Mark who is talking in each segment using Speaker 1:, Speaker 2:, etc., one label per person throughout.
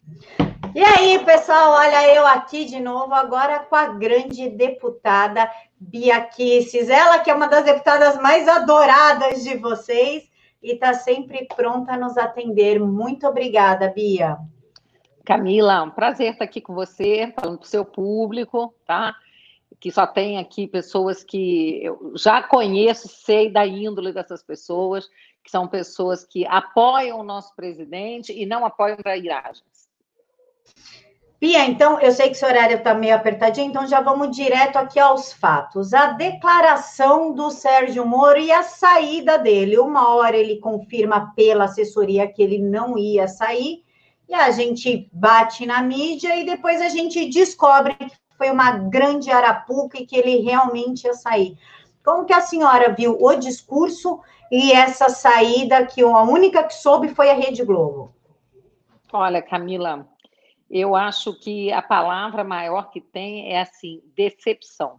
Speaker 1: E aí, pessoal, olha eu aqui de novo, agora com a grande deputada Bia Kicis, ela que é uma das deputadas mais adoradas de vocês e está sempre pronta a nos atender. Muito obrigada, Bia.
Speaker 2: Camila, um prazer estar aqui com você, falando para o seu público, tá? Que só tem aqui pessoas que eu já conheço, sei da índole dessas pessoas, que são pessoas que apoiam o nosso presidente e não apoiam trairagens.
Speaker 1: Bia, então, eu sei que esse horário está meio apertadinho, então já vamos direto aqui aos fatos. A declaração do Sérgio Moro e a saída dele. Uma hora ele confirma pela assessoria que ele não ia sair, e a gente bate na mídia e depois a gente descobre que foi uma grande arapuca e que ele realmente ia sair. Como que a senhora viu o discurso e essa saída que a única que soube foi a Rede Globo?
Speaker 2: Olha, Camila, eu acho que a palavra maior que tem é assim, decepção.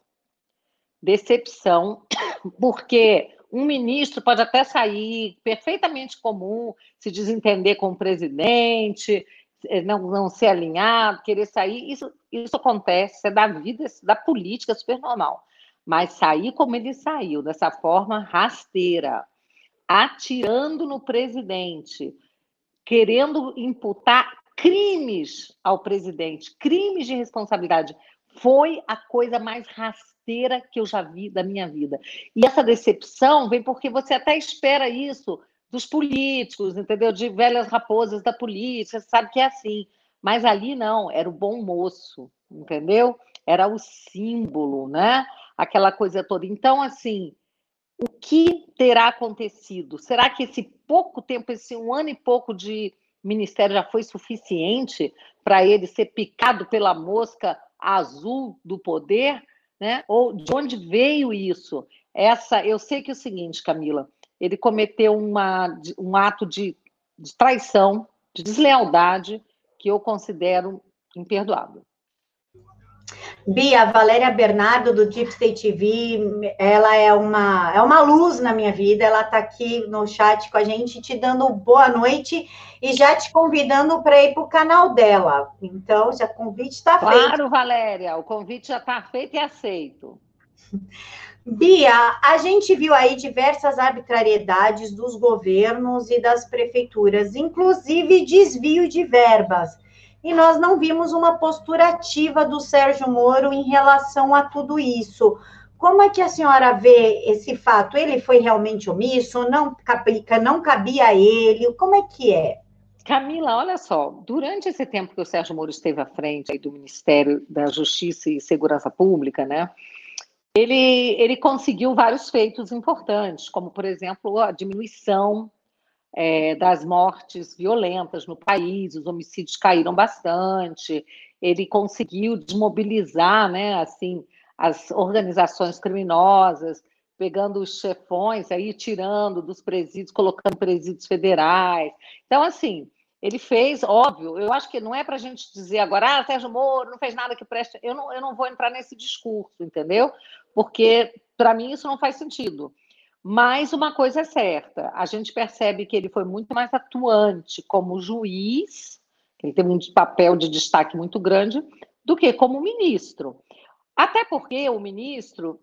Speaker 2: Decepção, porque um ministro pode até sair perfeitamente comum, se desentender com o presidente, não ser alinhado, querer sair, isso acontece, isso é da vida, isso é da política, super normal. Mas sair como ele saiu, dessa forma rasteira, atirando no presidente, querendo imputar crimes ao presidente, crimes de responsabilidade. Foi a coisa mais rasteira que eu já vi da minha vida. E essa decepção vem porque você até espera isso dos políticos, entendeu? De velhas raposas da política, sabe que é assim. Mas ali não, era o bom moço, entendeu? Era o símbolo, né? Aquela coisa toda. Então, assim, o que terá acontecido? Será que esse pouco tempo, esse 1 ano e pouco de ministério já foi suficiente para ele ser picado pela mosca azul do poder? Né? Ou de onde veio isso? Eu sei que é o seguinte, Camila, ele cometeu um ato de traição, de deslealdade, que eu considero imperdoável.
Speaker 1: Bia, Valéria Bernardo, do Deep State TV, ela é uma luz na minha vida, ela está aqui no chat com a gente, te dando boa noite e já te convidando para ir para o canal dela. Então, já o convite está feito.
Speaker 2: Claro, Valéria, o convite já está feito e aceito.
Speaker 1: Bia, a gente viu aí diversas arbitrariedades dos governos e das prefeituras, inclusive desvio de verbas. E nós não vimos uma postura ativa do Sérgio Moro em relação a tudo isso. Como é que a senhora vê esse fato? Ele foi realmente omisso? Não cabia a ele? Como é que é?
Speaker 2: Camila, olha só, durante esse tempo que o Sérgio Moro esteve à frente aí do Ministério da Justiça e Segurança Pública, né, ele conseguiu vários feitos importantes, como, por exemplo, a diminuição das mortes violentas no país, os homicídios caíram bastante, ele conseguiu desmobilizar, né, assim, as organizações criminosas, pegando os chefões, aí tirando dos presídios, colocando presídios federais. Então, assim, ele fez, óbvio, eu acho que não é para a gente dizer agora, Sérgio Moro não fez nada que preste. Eu não vou entrar nesse discurso, entendeu? Porque, para mim, isso não faz sentido. Mas uma coisa é certa, a gente percebe que ele foi muito mais atuante como juiz, ele teve um papel de destaque muito grande, do que como ministro. Até porque o ministro,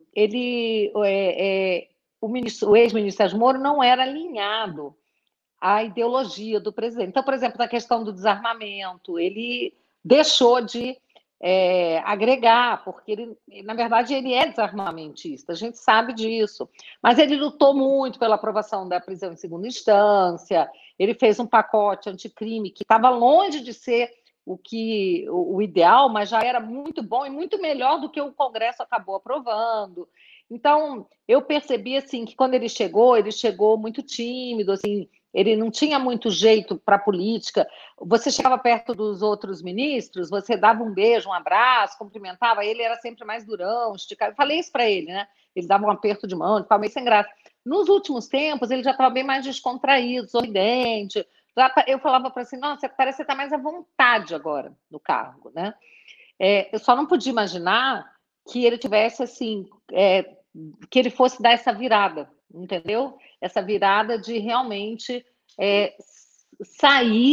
Speaker 2: o ex-ministro Sérgio Moro não era alinhado à ideologia do presidente. Então, por exemplo, na questão do desarmamento, ele deixou de agregar, porque ele, na verdade, ele é desarmamentista, a gente sabe disso. Mas ele lutou muito pela aprovação da prisão em segunda instância, ele fez um pacote anticrime que estava longe de ser o ideal, mas já era muito bom e muito melhor do que o Congresso acabou aprovando. Então, eu percebi assim que quando ele chegou muito tímido, assim, ele não tinha muito jeito para a política. Você chegava perto dos outros ministros, você dava um beijo, um abraço, cumprimentava, ele era sempre mais durão, esticado. Eu falei isso para ele, né? Ele dava um aperto de mão, ele ficava meio sem graça. Nos últimos tempos, ele já estava bem mais descontraído, sorridente. Eu falava para ele, nossa, parece que você está mais à vontade agora no cargo, né? Eu só não podia imaginar que ele tivesse, assim, que ele fosse dar essa virada, entendeu? Essa virada de realmente sair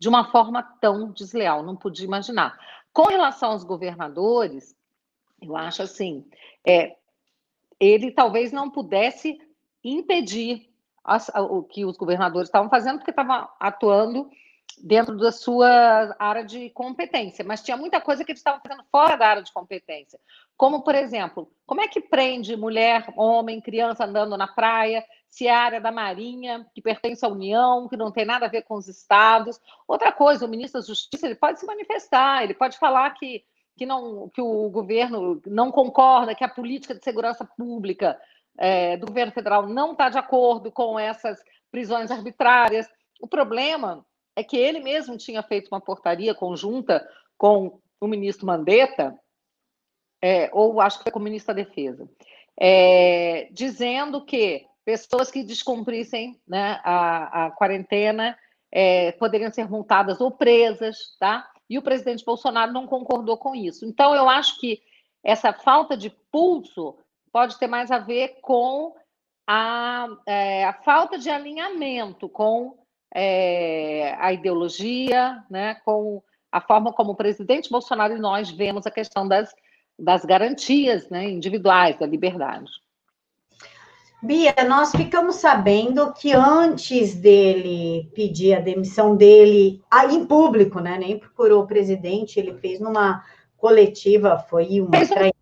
Speaker 2: de uma forma tão desleal, não podia imaginar. Com relação aos governadores, eu acho assim, ele talvez não pudesse impedir o que os governadores estavam fazendo, porque estavam atuando dentro da sua área de competência, mas tinha muita coisa que eles estavam fazendo fora da área de competência. Como, por exemplo, como é que prende mulher, homem, criança andando na praia, se é a área da Marinha, que pertence à União, que não tem nada a ver com os estados? Outra coisa, o ministro da Justiça, ele pode se manifestar, ele pode falar que o governo não concorda, que a política de segurança pública do governo federal não está de acordo com essas prisões arbitrárias. O problema é que ele mesmo tinha feito uma portaria conjunta com o ministro Mandetta, ou acho que foi com o ministro da Defesa, dizendo que pessoas que descumprissem, né, a quarentena poderiam ser multadas ou presas, tá? E o presidente Bolsonaro não concordou com isso. Então, eu acho que essa falta de pulso pode ter mais a ver com a falta de alinhamento com a ideologia, né, com a forma como o presidente Bolsonaro e nós vemos a questão das garantias, né, individuais, da liberdade.
Speaker 1: Bia, nós ficamos sabendo que antes dele pedir a demissão dele, em público, né, nem procurou o presidente, ele fez numa coletiva, foi uma...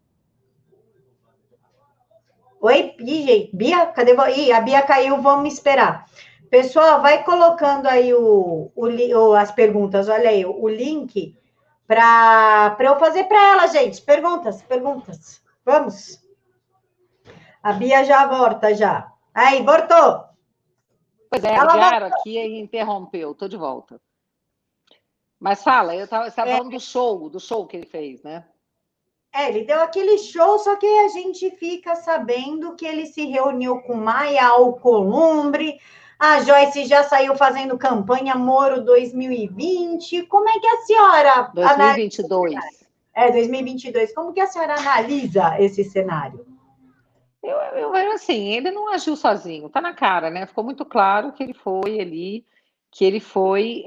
Speaker 1: Oi, Bia, cadê? A Bia caiu, vamos esperar. Pessoal, vai colocando aí as perguntas, olha aí, o link para eu fazer para ela, gente. Perguntas. Vamos. A Bia já volta, já. Aí, voltou.
Speaker 2: Pois é, ligaram aqui e interrompeu. Estou de volta. Mas fala, você estava falando do show que ele fez, né?
Speaker 1: Ele deu aquele show, só que a gente fica sabendo que ele se reuniu com Maia Alcolumbre, a Joyce já saiu fazendo campanha Moro 2020. Como é que a senhora...
Speaker 2: 2022.
Speaker 1: 2022. Como que a senhora analisa esse cenário?
Speaker 2: Eu vejo assim, ele não agiu sozinho, tá na cara, né? Ficou muito claro que ele foi ali, que ele foi...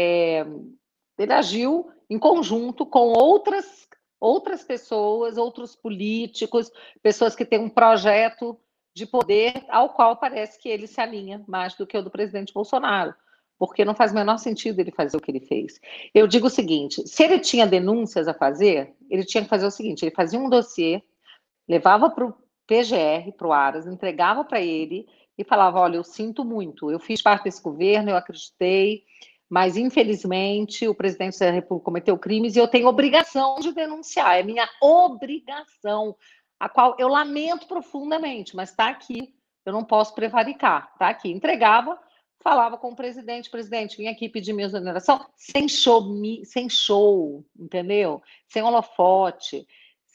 Speaker 2: ele agiu em conjunto com outras pessoas, outros políticos, pessoas que têm um projeto de poder ao qual parece que ele se alinha mais do que o do presidente Bolsonaro, porque não faz o menor sentido ele fazer o que ele fez. Eu digo o seguinte, se ele tinha denúncias a fazer, ele tinha que fazer o seguinte, ele fazia um dossiê, levava para o PGR, para o Aras, entregava para ele e falava, olha, eu sinto muito, eu fiz parte desse governo, eu acreditei, mas, infelizmente, o presidente da República cometeu crimes e eu tenho obrigação de denunciar. É minha obrigação, a qual eu lamento profundamente, mas está aqui, eu não posso prevaricar. Está aqui. Entregava, falava com o presidente, vim aqui pedir minha exoneração, sem show, entendeu? Sem holofote,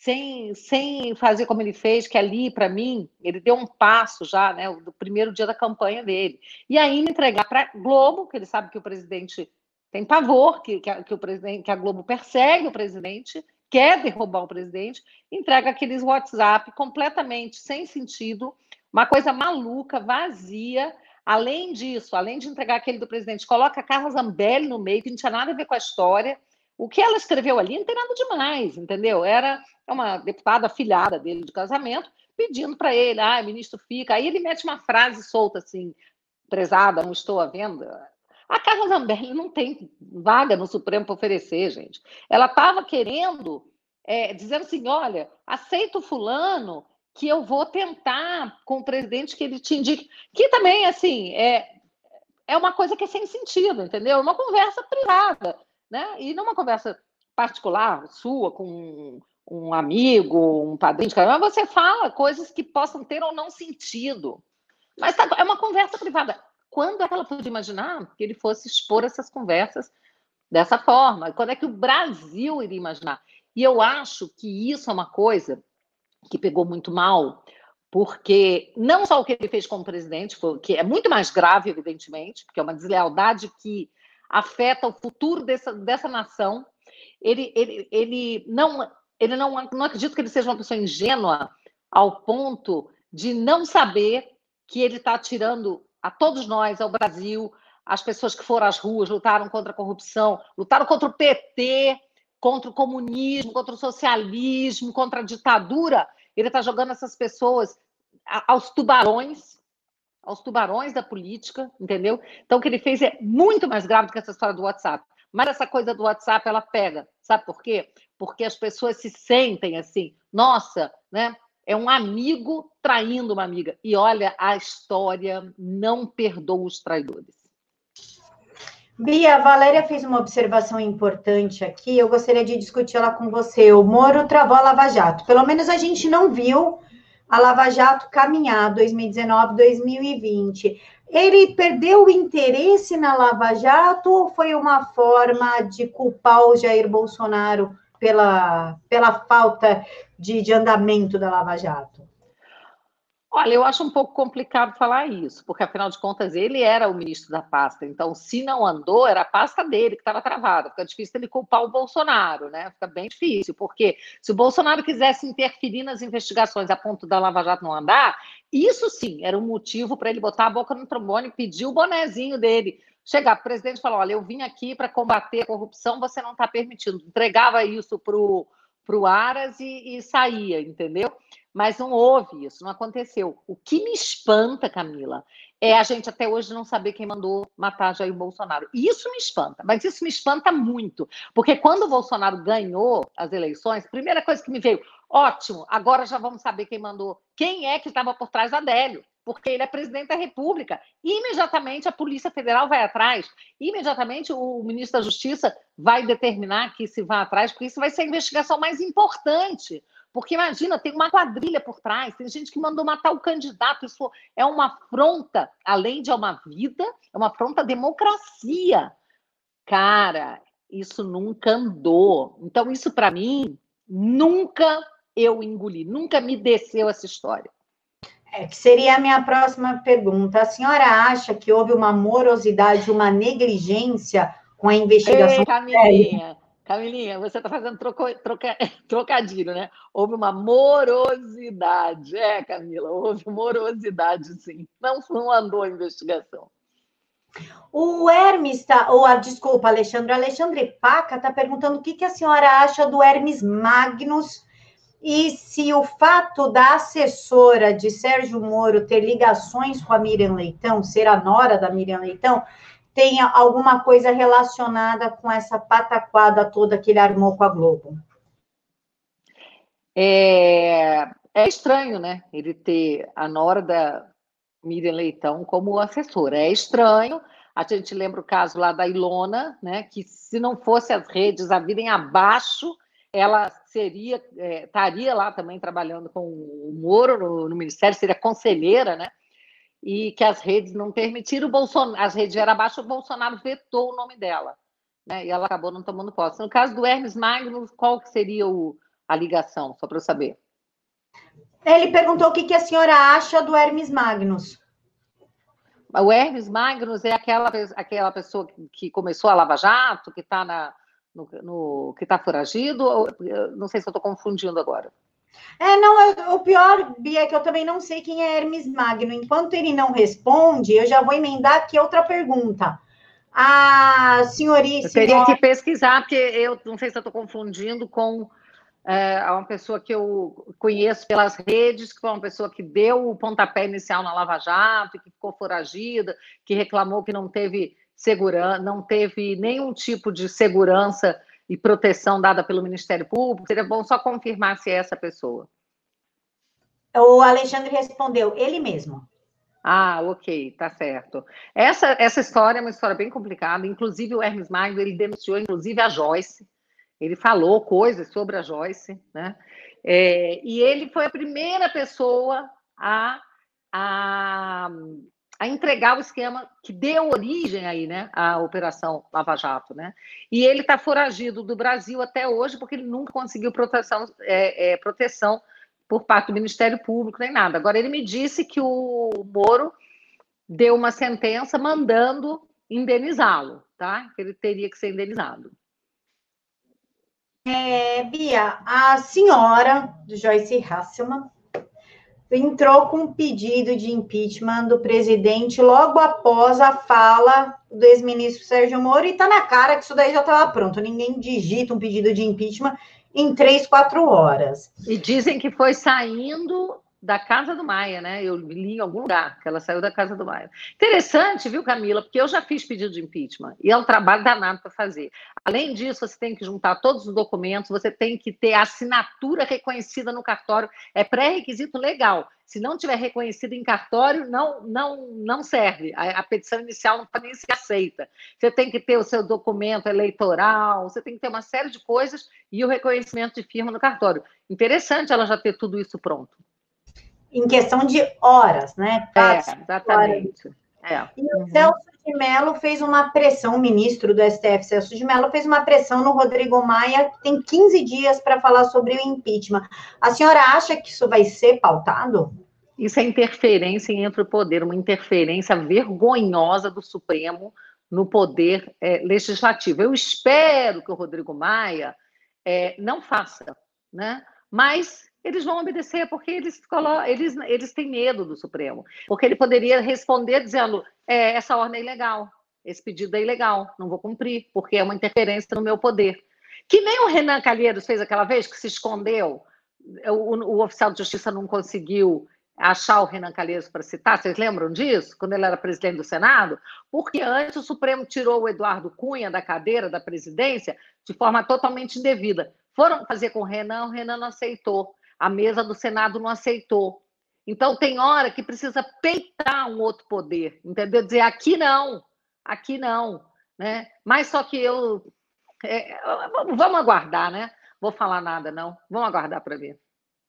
Speaker 2: sem fazer como ele fez, que ali, para mim, ele deu um passo já, né, do primeiro dia da campanha dele. E ainda entregar para a Globo, que ele sabe que o presidente tem pavor, que a Globo persegue o presidente, quer derrubar o presidente, entrega aqueles WhatsApp completamente sem sentido, uma coisa maluca, vazia. Além disso, além de entregar aquele do presidente, coloca a Carla Zambelli no meio, que não tinha nada a ver com a história. O que ela escreveu ali não tem nada demais, entendeu? Era uma deputada afilhada dele de casamento, pedindo para ele, ministro fica. Aí ele mete uma frase solta assim, prezada, não estou à venda. A Carla Zambelli não tem vaga no Supremo para oferecer, gente. Ela estava querendo, dizendo assim, olha, aceita o fulano que eu vou tentar com o presidente que ele te indique. Que também, assim, é uma coisa que é sem sentido, entendeu? Uma conversa privada, né? E não uma conversa particular, sua, com um amigo, um padrinho de caramba, você fala coisas que possam ter ou não sentido. Mas é uma conversa privada. Quando é que ela podia imaginar que ele fosse expor essas conversas dessa forma? Quando é que o Brasil iria imaginar? E eu acho que isso é uma coisa que pegou muito mal, porque não só o que ele fez como presidente, que é muito mais grave, evidentemente, porque é uma deslealdade que afeta o futuro dessa nação. Ele não acredito que ele seja uma pessoa ingênua ao ponto de não saber que ele está atirando a todos nós, ao Brasil, as pessoas que foram às ruas, lutaram contra a corrupção, lutaram contra o PT, contra o comunismo, contra o socialismo, contra a ditadura. Ele está jogando essas pessoas aos tubarões da política, entendeu? Então, o que ele fez é muito mais grave do que essa história do WhatsApp. Mas essa coisa do WhatsApp, ela pega. Sabe por quê? Porque as pessoas se sentem assim, nossa, né? É um amigo traindo uma amiga. E olha, a história não perdoa os traidores.
Speaker 1: Bia, a Valéria fez uma observação importante aqui, eu gostaria de discuti-la com você. O Moro travou a Lava Jato. Pelo menos a gente não viu a Lava Jato caminhar 2019, 2020. Ele perdeu o interesse na Lava Jato ou foi uma forma de culpar o Jair Bolsonaro pela falta de andamento da Lava Jato?
Speaker 2: Olha, eu acho um pouco complicado falar isso, porque, afinal de contas, ele era o ministro da pasta. Então, se não andou, era a pasta dele que estava travada. Fica difícil ele culpar o Bolsonaro, né? Fica bem difícil, porque se o Bolsonaro quisesse interferir nas investigações a ponto da Lava Jato não andar, isso sim era um motivo para ele botar a boca no trombone e pedir o bonezinho dele. Chegar para o presidente e falar, olha, eu vim aqui para combater a corrupção, você não está permitindo. Entregava isso para o Aras e saía, entendeu? Mas não houve isso, não aconteceu. O que me espanta, Camila, é a gente até hoje não saber quem mandou matar Jair Bolsonaro. E isso me espanta, mas isso me espanta muito, porque quando o Bolsonaro ganhou as eleições, a primeira coisa que me veio, ótimo, agora já vamos saber quem mandou, quem é que estava por trás do Adélio, porque ele é presidente da República. Imediatamente a Polícia Federal vai atrás, imediatamente o ministro da Justiça vai determinar que se vá atrás, porque isso vai ser a investigação mais importante. Porque, imagina, tem uma quadrilha por trás, tem gente que mandou matar o candidato, isso é uma afronta, além de uma vida, é uma afronta à democracia. Cara, isso nunca andou. Então, isso, para mim, nunca eu engoli, nunca me desceu essa história.
Speaker 1: Que seria a minha próxima pergunta. A senhora acha que houve uma morosidade, uma negligência com a investigação?
Speaker 2: Ei, Camilinha, você está fazendo trocadilho, né? Houve uma morosidade. Camila, houve morosidade, sim. Não andou a investigação.
Speaker 1: O Hermes desculpa, Alexandre Paca está perguntando o que a senhora acha do Hermes Magnus e se o fato da assessora de Sérgio Moro ter ligações com a Miriam Leitão, ser a nora da Miriam Leitão, tem alguma coisa relacionada com essa pataquada toda que ele armou com a Globo?
Speaker 2: É estranho, né? Ele ter a nora da Miriam Leitão como assessora. É estranho. A gente lembra o caso lá da Ilona, né? Que se não fosse as redes a virem abaixo, ela estaria lá também trabalhando com o Moro no Ministério, seria conselheira, né? E que as redes não permitiram, as redes eram abaixo, o Bolsonaro vetou o nome dela, né? E ela acabou não tomando posse. No caso do Hermes Magnus, qual que seria a ligação, só para eu saber?
Speaker 1: Ele perguntou o que a senhora acha do Hermes Magnus.
Speaker 2: O Hermes Magnus é aquela pessoa que começou a Lava Jato, que está que está foragido? Não sei se eu estou confundindo agora.
Speaker 1: O pior, Bia, é que eu também não sei quem é Hermes Magno. Enquanto ele não responde, eu já vou emendar aqui outra pergunta. A senhoríssima...
Speaker 2: Eu teria que pesquisar, porque eu não sei se eu estou confundindo com uma pessoa que eu conheço pelas redes, que foi uma pessoa que deu o pontapé inicial na Lava Jato, que ficou foragida, que reclamou que não teve segurança, não teve nenhum tipo de segurança e proteção dada pelo Ministério Público. Seria bom só confirmar se é essa pessoa.
Speaker 1: O Alexandre respondeu, ele mesmo.
Speaker 2: Ah, ok, tá certo. Essa história é uma história bem complicada. Inclusive, o Hermes Magno, ele denunciou, inclusive, a Joyce. Ele falou coisas sobre a Joyce, né? E ele foi a primeira pessoa a entregar o esquema que deu origem aí, né, à Operação Lava Jato, né? E ele está foragido do Brasil até hoje porque ele nunca conseguiu proteção por parte do Ministério Público nem nada. Agora, ele me disse que o Moro deu uma sentença mandando indenizá-lo, tá? Que ele teria que ser indenizado.
Speaker 1: Bia, a senhora Joyce Hasselman entrou com um pedido de impeachment do presidente logo após a fala do ex-ministro Sérgio Moro, e tá na cara que isso daí já estava pronto. Ninguém digita um pedido de impeachment em 3, 4 horas.
Speaker 2: E dizem que foi saindo da casa do Maia, né? Eu li em algum lugar que ela saiu da casa do Maia. Interessante, viu, Camila? Porque eu já fiz pedido de impeachment e é um trabalho danado para fazer. Além disso, você tem que juntar todos os documentos, você tem que ter a assinatura reconhecida no cartório, é pré-requisito legal. Se não tiver reconhecido em cartório, não serve. A petição inicial não pode nem ser aceita. Você tem que ter o seu documento eleitoral, você tem que ter uma série de coisas e o reconhecimento de firma no cartório. Interessante ela já ter tudo isso pronto.
Speaker 1: Em questão de horas, né?
Speaker 2: Exatamente.
Speaker 1: E o Celso de Mello fez uma pressão, o ministro do STF, Celso de Mello, fez uma pressão no Rodrigo Maia, que tem 15 dias para falar sobre o impeachment. A senhora acha que isso vai ser pautado?
Speaker 2: Isso é interferência entre o poder, uma interferência vergonhosa do Supremo no poder legislativo. Eu espero que o Rodrigo Maia não faça, né? Mas eles vão obedecer porque eles têm medo do Supremo. Porque ele poderia responder dizendo essa ordem é ilegal, esse pedido é ilegal, não vou cumprir, porque é uma interferência no meu poder. Que nem o Renan Calheiros fez aquela vez, que se escondeu, o oficial de justiça não conseguiu achar o Renan Calheiros para citar, vocês lembram disso? Quando ele era presidente do Senado? Porque antes o Supremo tirou o Eduardo Cunha da cadeira da presidência de forma totalmente indevida. Foram fazer com o Renan não aceitou. A mesa do Senado não aceitou. Então, tem hora que precisa peitar um outro poder, entendeu? Dizer, aqui não, né? Mas só que vamos aguardar, né? Vou falar nada, não. Vamos aguardar para ver.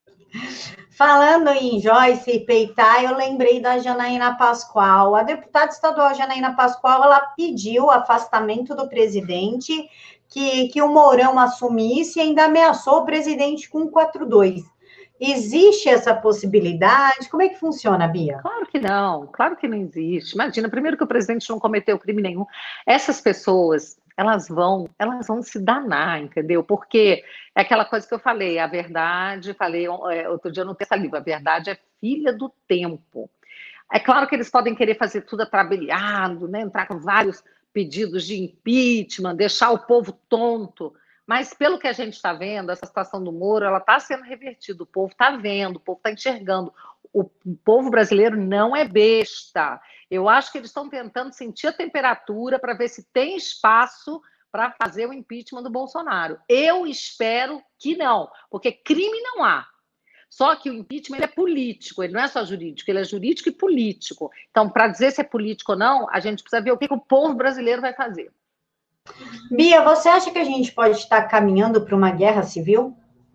Speaker 1: Falando em Joyce e peitar, eu lembrei da Janaína Pascoal. A deputada estadual Janaína Pascoal, ela pediu o afastamento do presidente, que o Mourão assumisse e ainda ameaçou o presidente com 4-2. Existe essa possibilidade? Como é que funciona, Bia?
Speaker 2: Claro que não existe. Imagina, primeiro que o presidente não cometeu crime nenhum. Essas pessoas, elas vão se danar, entendeu? Porque é aquela coisa que eu falei, a verdade, outro dia no Terça Livre, a verdade é filha do tempo. É claro que eles podem querer fazer tudo atrabelhado, né? Entrar com vários pedidos de impeachment, deixar o povo tonto. Mas, pelo que a gente está vendo, essa situação do Moro, ela está sendo revertida. O povo está vendo, o povo está enxergando. O povo brasileiro não é besta. Eu acho que eles estão tentando sentir a temperatura para ver se tem espaço para fazer o impeachment do Bolsonaro. Eu espero que não, porque crime não há. Só que o impeachment ele é político, ele não é só jurídico, ele é jurídico e político. Então, para dizer se é político ou não, a gente precisa ver o que o povo brasileiro vai fazer.
Speaker 1: Bia, você acha que a gente pode estar caminhando para uma guerra civil?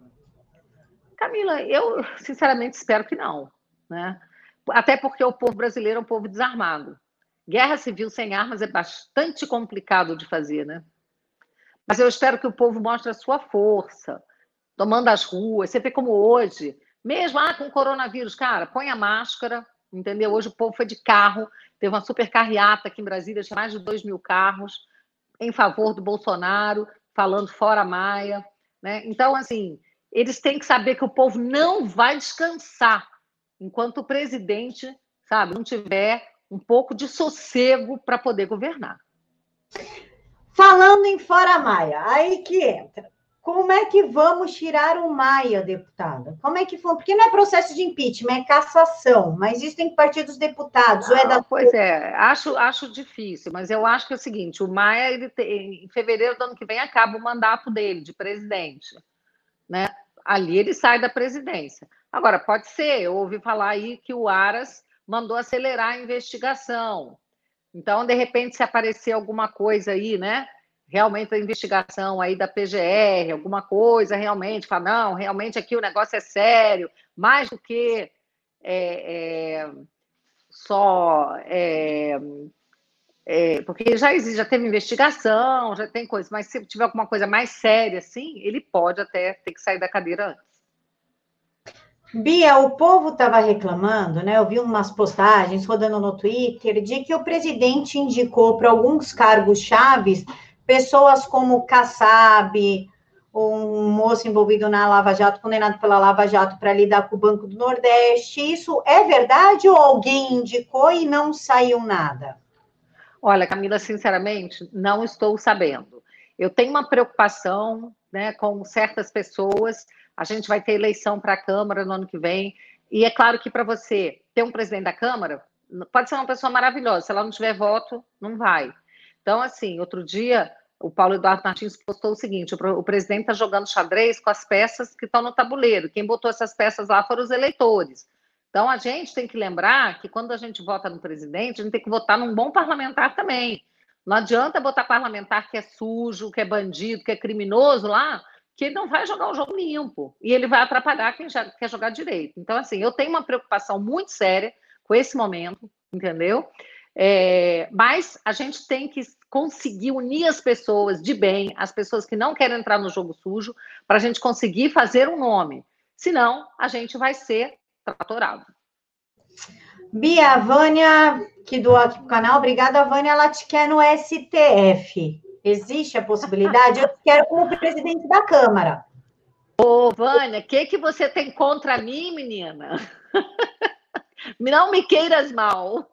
Speaker 2: Camila, eu sinceramente espero que não, né? Até porque o povo brasileiro é um povo desarmado. Guerra civil sem armas é bastante complicado de fazer, né? Mas eu espero que o povo mostre a sua força, tomando as ruas. Você vê como hoje, mesmo com o coronavírus, cara, põe a máscara, entendeu? Hoje o povo foi de carro, teve uma super carreata aqui em Brasília, tinha mais de 2.000 carros, em favor do Bolsonaro, falando fora Maia, né? Então, assim, eles têm que saber que o povo não vai descansar enquanto o presidente, sabe, não tiver um pouco de sossego para poder governar.
Speaker 1: Falando em fora Maia, aí que entra. Como é que vamos tirar o Maia, deputada? Como é que foi? Porque não é processo de impeachment, é cassação, mas isso tem que partir dos deputados.
Speaker 2: Pois é, acho difícil, mas eu acho que é o seguinte, o Maia, em fevereiro do ano que vem, acaba o mandato dele, de presidente, né? Ali ele sai da presidência. Agora, pode ser, eu ouvi falar aí que o Aras mandou acelerar a investigação. Então, de repente, se aparecer alguma coisa aí, né? Realmente a investigação aí da PGR, alguma coisa realmente, fala, não, realmente aqui o negócio é sério, mais do que porque já teve investigação, já tem coisa, mas se tiver alguma coisa mais séria, assim, ele pode até ter que sair da cadeira antes.
Speaker 1: Bia, o povo estava reclamando, né? Eu vi umas postagens rodando no Twitter de que o presidente indicou para alguns cargos chaves pessoas como Kassab, um moço envolvido na Lava Jato, condenado pela Lava Jato para lidar com o Banco do Nordeste. Isso é verdade ou alguém indicou e não saiu nada?
Speaker 2: Olha, Camila, sinceramente, não estou sabendo. Eu tenho uma preocupação, né, com certas pessoas. A gente vai ter eleição para a Câmara no ano que vem. E é claro que para você ter um presidente da Câmara, pode ser uma pessoa maravilhosa. Se ela não tiver voto, não vai. Então, assim, outro dia, o Paulo Eduardo Martins postou o seguinte: o presidente está jogando xadrez com as peças que estão no tabuleiro. Quem botou essas peças lá foram os eleitores. Então, a gente tem que lembrar que quando a gente vota no presidente, a gente tem que votar num bom parlamentar também. Não adianta botar parlamentar que é sujo, que é bandido, que é criminoso lá, que ele não vai jogar o jogo limpo. E ele vai atrapalhar quem já quer jogar direito. Então, assim, eu tenho uma preocupação muito séria com esse momento, entendeu? Mas a gente tem que conseguir unir as pessoas de bem, as pessoas que não querem entrar no jogo sujo, para a gente conseguir fazer um nome. Senão, a gente vai ser tratorado.
Speaker 1: Bia, a Vânia, que doou aqui para o canal, obrigada, Vânia, ela te quer no STF. Existe a possibilidade? Eu te quero como presidente da Câmara.
Speaker 2: Ô, Vânia, o que você tem contra mim, menina? Não me queiras mal.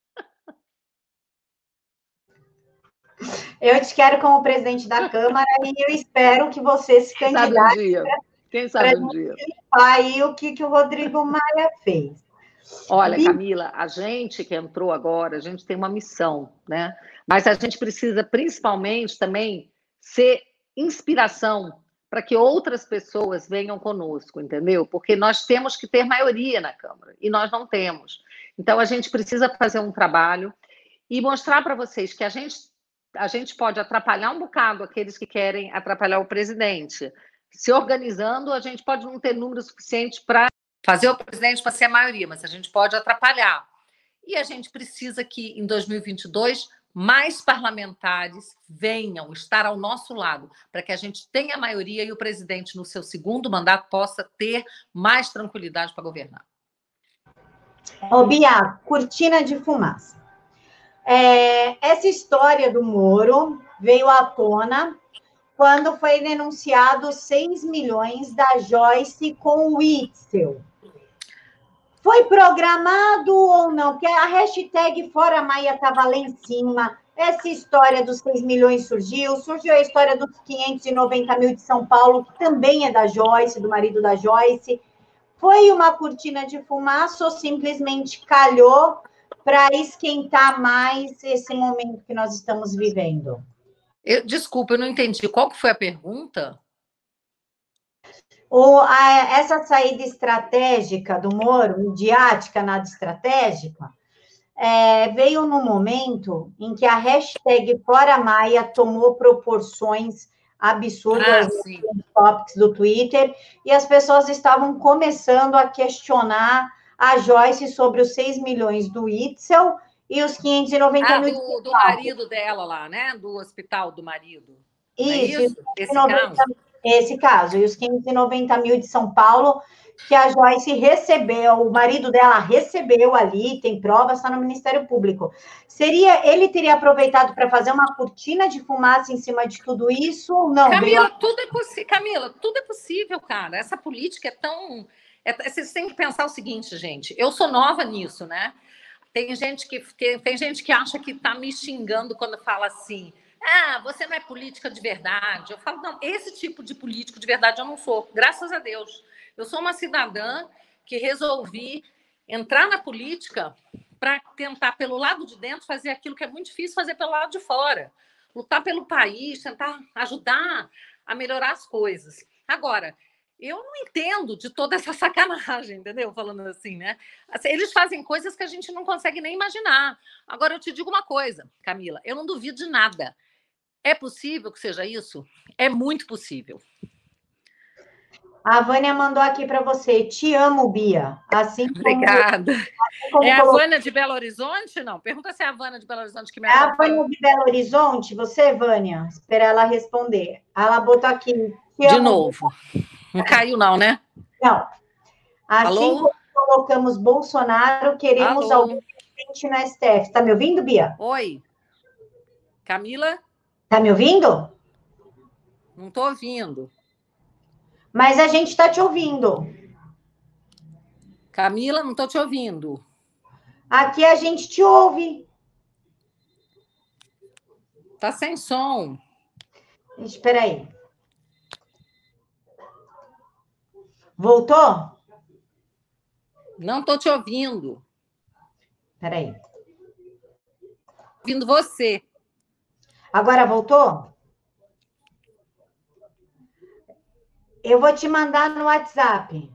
Speaker 1: Eu te quero como presidente da Câmara e eu espero que você se candidate.
Speaker 2: Quem sabe um dia.
Speaker 1: Aí o que o Rodrigo Maia fez.
Speaker 2: Olha, Camila, a gente que entrou agora, a gente tem uma missão, né? Mas a gente precisa, principalmente, também ser inspiração para que outras pessoas venham conosco, entendeu? Porque nós temos que ter maioria na Câmara e nós não temos. Então, a gente precisa fazer um trabalho e mostrar para vocês que a gente pode atrapalhar um bocado aqueles que querem atrapalhar o presidente. Se organizando, a gente pode não ter número suficiente para fazer o presidente para ser a maioria, mas a gente pode atrapalhar. E a gente precisa que, em 2022, mais parlamentares venham estar ao nosso lado, para que a gente tenha a maioria e o presidente, no seu segundo mandato, possa ter mais tranquilidade para governar.
Speaker 1: Ô, Bia, cortina de fumaça. Essa história do Moro veio à tona quando foi denunciado 6 milhões da Joyce com o Witzel. Foi programado ou não? Porque a hashtag Fora Maia estava lá em cima. Essa história dos 6 milhões surgiu a história dos 590 mil de São Paulo, que também é da Joyce, do marido da Joyce. Foi uma cortina de fumaça ou simplesmente calhou para esquentar mais esse momento que nós estamos vivendo?
Speaker 2: Desculpa, eu não entendi. Qual que foi a pergunta?
Speaker 1: Essa saída estratégica do Moro, midiática, nada estratégica, veio no momento em que a hashtag Fora Maia tomou proporções absurdas nos tópicos do Twitter, e as pessoas estavam começando a questionar a Joyce sobre os 6 milhões do Witzel e os 590 mil...
Speaker 2: Do marido dela lá, né? Do hospital do marido.
Speaker 1: Isso? Esse caso. E os 590 mil de São Paulo, que a Joyce recebeu, o marido dela recebeu ali, tem provas, está no Ministério Público. Ele teria aproveitado para fazer uma cortina de fumaça em cima de tudo isso ou não?
Speaker 2: Camila, tudo é possível, cara. Essa política é tão... Vocês têm que pensar o seguinte, gente. Eu sou nova nisso, né? Tem gente que acha que está me xingando quando fala assim: você não é política de verdade. Eu falo, não, esse tipo de político de verdade eu não sou, graças a Deus. Eu sou uma cidadã que resolvi entrar na política para tentar, pelo lado de dentro, fazer aquilo que é muito difícil fazer pelo lado de fora. Lutar pelo país, tentar ajudar a melhorar as coisas. Agora, eu não entendo de toda essa sacanagem, entendeu? Falando assim, né? Eles fazem coisas que a gente não consegue nem imaginar. Agora, eu te digo uma coisa, Camila, eu não duvido de nada. É possível que seja isso? É muito possível.
Speaker 1: A Vânia mandou aqui para você. Te amo, Bia.
Speaker 2: Obrigada. É a Vânia de Belo Horizonte? Não, pergunta se é a Vânia de Belo Horizonte que me acompanha.
Speaker 1: É a Vânia de Belo Horizonte? Você, Vânia? Espera ela responder. Ela botou aqui.
Speaker 2: De novo. Não caiu, não, né?
Speaker 1: Não. Assim como colocamos Bolsonaro, queremos alguém presente no STF. Está me ouvindo, Bia?
Speaker 2: Oi. Camila?
Speaker 1: Está me ouvindo?
Speaker 2: Não estou ouvindo.
Speaker 1: Mas a gente está te ouvindo.
Speaker 2: Camila, não estou te ouvindo.
Speaker 1: Aqui a gente te ouve.
Speaker 2: Tá sem som.
Speaker 1: Espera aí. Voltou?
Speaker 2: Não estou te ouvindo.
Speaker 1: Espera aí.
Speaker 2: Ouvindo você.
Speaker 1: Agora voltou? Eu vou te mandar no WhatsApp.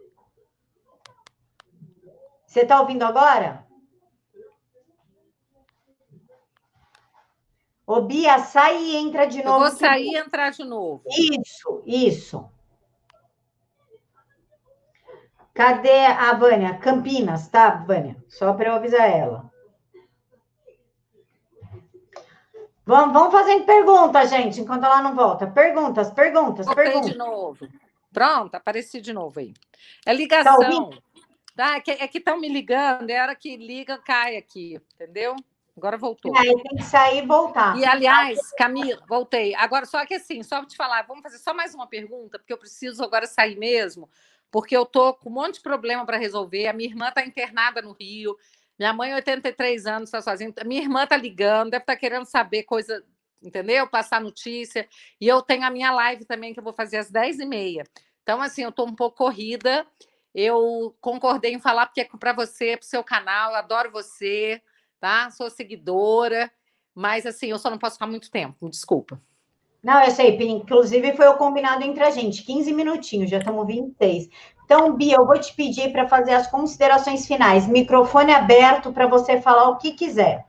Speaker 1: Você está ouvindo agora? Ô, Bia, sai e entra de novo.
Speaker 2: Eu vou sair e entrar de novo.
Speaker 1: Isso. Cadê a Vânia? Campinas, tá, Vânia? Só para eu avisar ela. Vamos fazendo perguntas, gente, enquanto ela não volta. Perguntas.
Speaker 2: Voltei de novo. Pronto, apareci de novo aí. É ligação. Tá? É que estão me ligando, é hora que liga, cai aqui, entendeu? Agora voltou.
Speaker 1: Aí tem que sair e voltar.
Speaker 2: E, aliás, Camila, voltei. Agora, só que assim, só para te falar, vamos fazer só mais uma pergunta, porque eu preciso agora sair mesmo, porque eu tô com um monte de problema para resolver. A minha irmã está internada no Rio, minha mãe, 83 anos, está sozinha. Minha irmã está ligando, deve estar querendo saber coisa, entendeu? Passar notícia. E eu tenho a minha live também, que eu vou fazer às 10h30. Então, assim, eu estou um pouco corrida. Eu concordei em falar, porque é para você, para o seu canal, eu adoro você, tá? Sou seguidora, mas assim, eu só não posso ficar muito tempo, me desculpa.
Speaker 1: Não, eu sei, inclusive foi o combinado entre a gente, 15 minutinhos, já estamos 26. Então, Bia, eu vou te pedir para fazer as considerações finais. Microfone aberto para você falar o que quiser.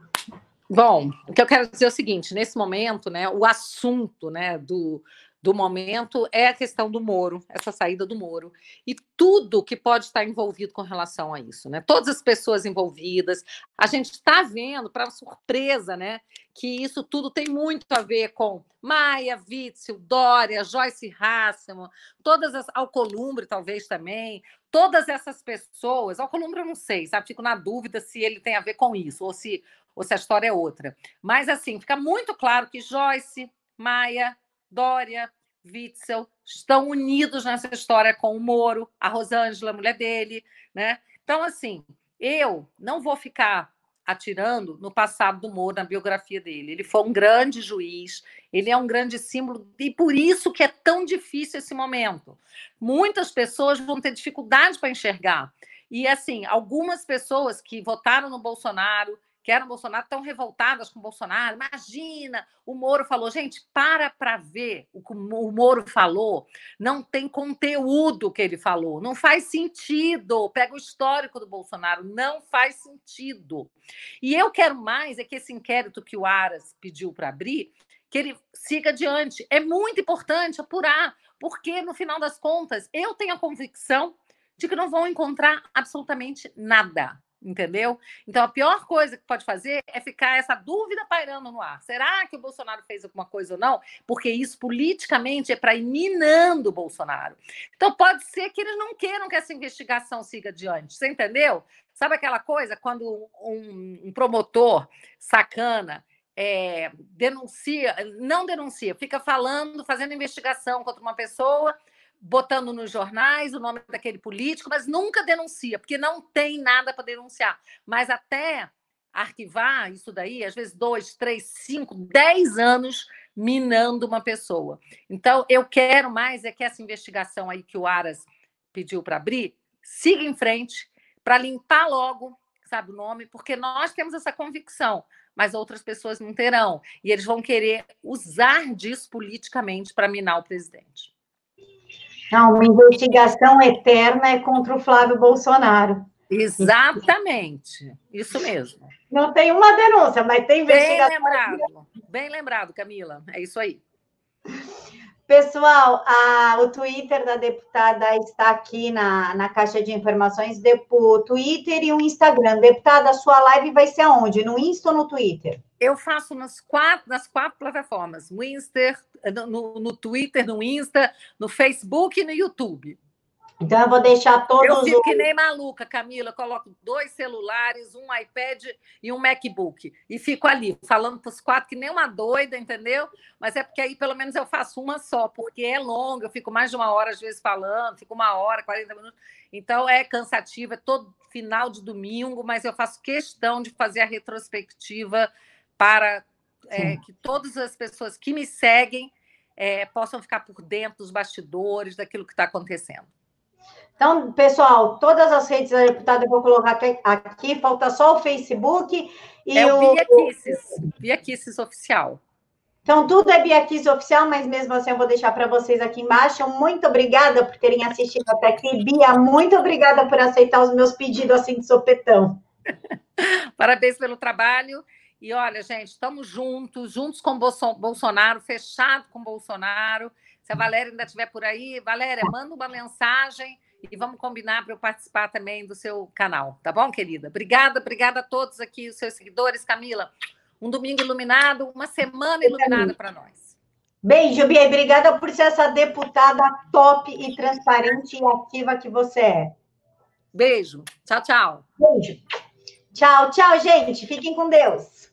Speaker 2: Bom, o que eu quero dizer é o seguinte, nesse momento, né, o assunto, né, do momento é a questão do Moro, essa saída do Moro, e tudo que pode estar envolvido com relação a isso, né? Todas as pessoas envolvidas, a gente está vendo, para surpresa, né, que isso tudo tem muito a ver com Maia, Witzel, Dória, Joyce Hasselmann, todas as Alcolumbre, talvez também, todas essas pessoas, Alcolumbre eu não sei, sabe? Fico na dúvida se ele tem a ver com isso, ou se a história é outra. Mas, assim, fica muito claro que Joyce, Maia, Dória, Witzel estão unidos nessa história com o Moro, a Rosângela, a mulher dele, né? Então, assim, eu não vou ficar atirando no passado do Moro, na biografia dele. Ele foi um grande juiz, ele é um grande símbolo, e por isso que é tão difícil esse momento. Muitas pessoas vão ter dificuldade para enxergar. E, assim, algumas pessoas que votaram no Bolsonaro, que eram Bolsonaro, estão revoltadas com o Bolsonaro. Imagina, o Moro falou. Gente, para ver o que o Moro falou. Não tem conteúdo que ele falou. Não faz sentido. Pega o histórico do Bolsonaro. Não faz sentido. E eu quero mais é que esse inquérito que o Aras pediu para abrir, que ele siga adiante. É muito importante apurar, porque, no final das contas, eu tenho a convicção de que não vão encontrar absolutamente nada. Entendeu? Então, a pior coisa que pode fazer é ficar essa dúvida pairando no ar. Será que o Bolsonaro fez alguma coisa ou não? Porque isso, politicamente, é para ir minando o Bolsonaro. Então, pode ser que eles não queiram que essa investigação siga adiante. Você entendeu? Sabe aquela coisa quando um promotor sacana não denuncia, fica falando, fazendo investigação contra uma pessoa, botando nos jornais o nome daquele político, mas nunca denuncia, porque não tem nada para denunciar. Mas até arquivar isso daí, às vezes 2, 3, 5, 10 anos minando uma pessoa. Então, eu quero mais é que essa investigação aí que o Aras pediu para abrir siga em frente, para limpar logo, sabe, o nome, porque nós temos essa convicção, mas outras pessoas não terão. E eles vão querer usar disso politicamente para minar o presidente.
Speaker 1: Não, uma investigação eterna é contra o Flávio Bolsonaro.
Speaker 2: Exatamente, isso mesmo.
Speaker 1: Não tem uma denúncia, mas tem investigação.
Speaker 2: Bem lembrado, Camila, é isso aí.
Speaker 1: Pessoal, o Twitter da deputada está aqui na caixa de informações, o Twitter e o Instagram. Deputada, a sua live vai ser aonde? No Insta ou no Twitter?
Speaker 2: Eu faço nas quatro plataformas, no Twitter, no Insta, no Facebook e no YouTube.
Speaker 1: Então, eu vou deixar todos
Speaker 2: Eu fico que nem maluca, Camila. Eu coloco 2 celulares, um iPad e um MacBook. E fico ali, falando para os 4 que nem uma doida, entendeu? Mas é porque aí, pelo menos, eu faço uma só, porque é longa. Eu fico mais de 1 hora, às vezes, falando. Fico 1 hora, 40 minutos. Então, é cansativo. É todo final de domingo, mas eu faço questão de fazer a retrospectiva para que todas as pessoas que me seguem possam ficar por dentro dos bastidores, daquilo que está acontecendo.
Speaker 1: Então, pessoal, todas as redes da deputada eu vou colocar aqui, falta só o Facebook e
Speaker 2: o Bia Kisses Oficial.
Speaker 1: Então, tudo é Bia Kisses Oficial, mas mesmo assim eu vou deixar para vocês aqui embaixo. Muito obrigada por terem assistido até aqui. Bia, muito obrigada por aceitar os meus pedidos assim de sopetão.
Speaker 2: Parabéns pelo trabalho. E olha, gente, estamos juntos com Bolsonaro, fechado com Bolsonaro. Se a Valéria ainda estiver por aí, Valéria, manda uma mensagem e vamos combinar para eu participar também do seu canal, tá bom, querida? Obrigada a todos aqui, os seus seguidores. Camila, um domingo iluminado, uma semana iluminada para nós.
Speaker 1: Beijo, Bia, e obrigada por ser essa deputada top e transparente e ativa que você é.
Speaker 2: Beijo. Tchau, tchau.
Speaker 1: Beijo. Tchau, gente. Fiquem com Deus.